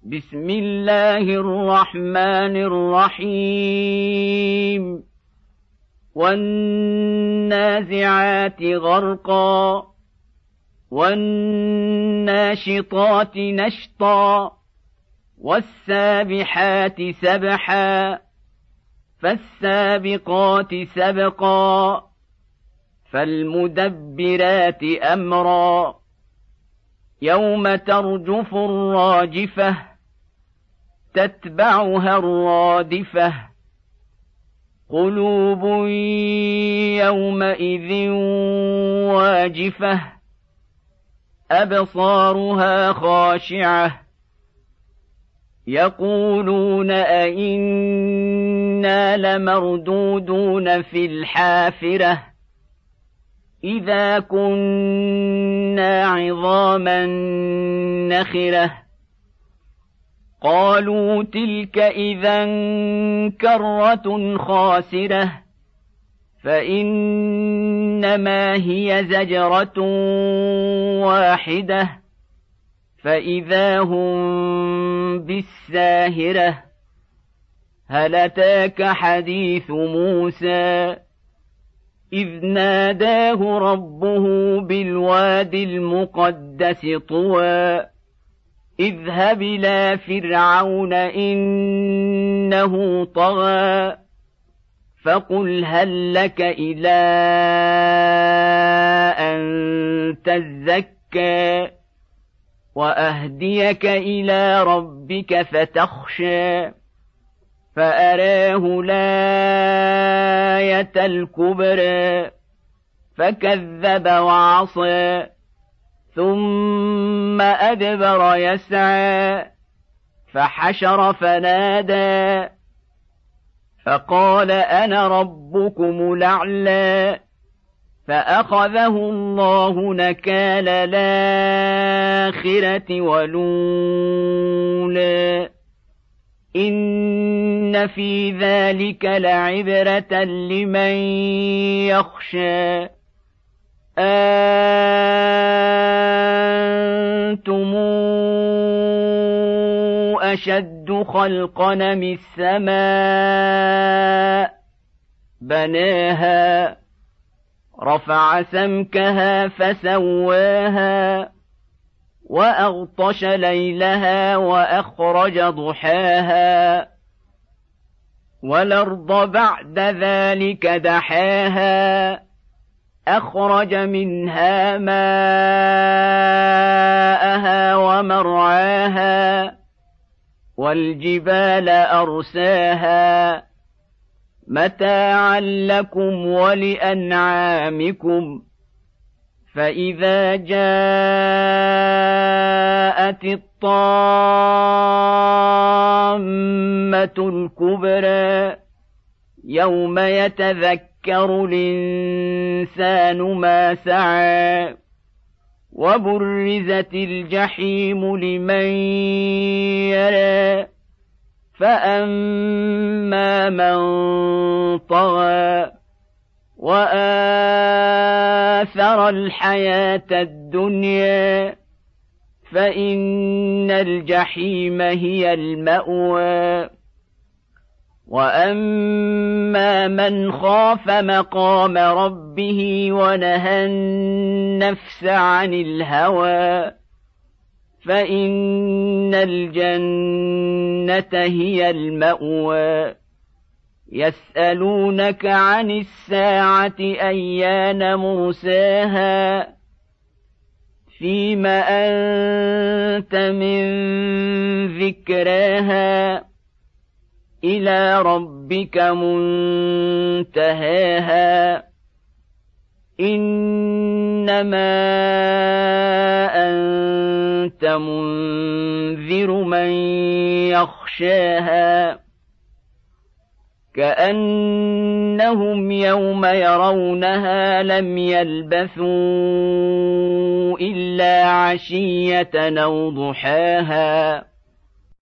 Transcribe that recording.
بسم الله الرحمن الرحيم والنازعات غرقا والناشطات نشطا والسابحات سبحا فالسابقات سبقا فالمدبرات أمرا يوم ترجف الراجفة تتبعها الرادفة قلوب يومئذ واجفة أبصارها خاشعة يقولون أئنا لمردودون في الحافرة إذا كنا عظاما نخرة قالوا تلك إذا كرة خاسرة فإنما هي زجرة واحدة فإذا هم بالساهرة هل أتاك حديث موسى إذ ناداه ربه بالوادي المقدس طوى اذهب إلى فرعون إنه طغى فقل هل لك إلى أن تزكى وأهديك إلى ربك فتخشى فأراه الآية الكبرى فكذب وعصى ثم أدبر يسعى فحشر فنادى فقال أنا ربكم الأعلى فأخذه الله نكال الآخرة والأولى إن في ذلك لعبرة لمن يخشى أنتم أشد خلقا من السماء بناها رفع سمكها فسواها وأغطش ليلها وأخرج ضحاها والأرض بعد ذلك دحاها أخرج منها ماءها ومرعاها والجبال أرساها متاعا لكم ولأنعامكم فإذا جاءت الطامة الكبرى يوم يتذكر الإنسان ما سعى وبرزت الجحيم لمن يرى فأما من طغى وآثر الحياة الدنيا فإن الجحيم هي المأوى وأما من خاف مقام ربه ونهى النفس عن الهوى فإن الجنة هي المأوى يسألونك عن الساعة أيان مرساها فيم أنت من ذكراها إلى ربك منتهاها إنما أنت منذر من يخشاها كأنهم يوم يرونها لم يلبثوا إلا عشية أو ضحاها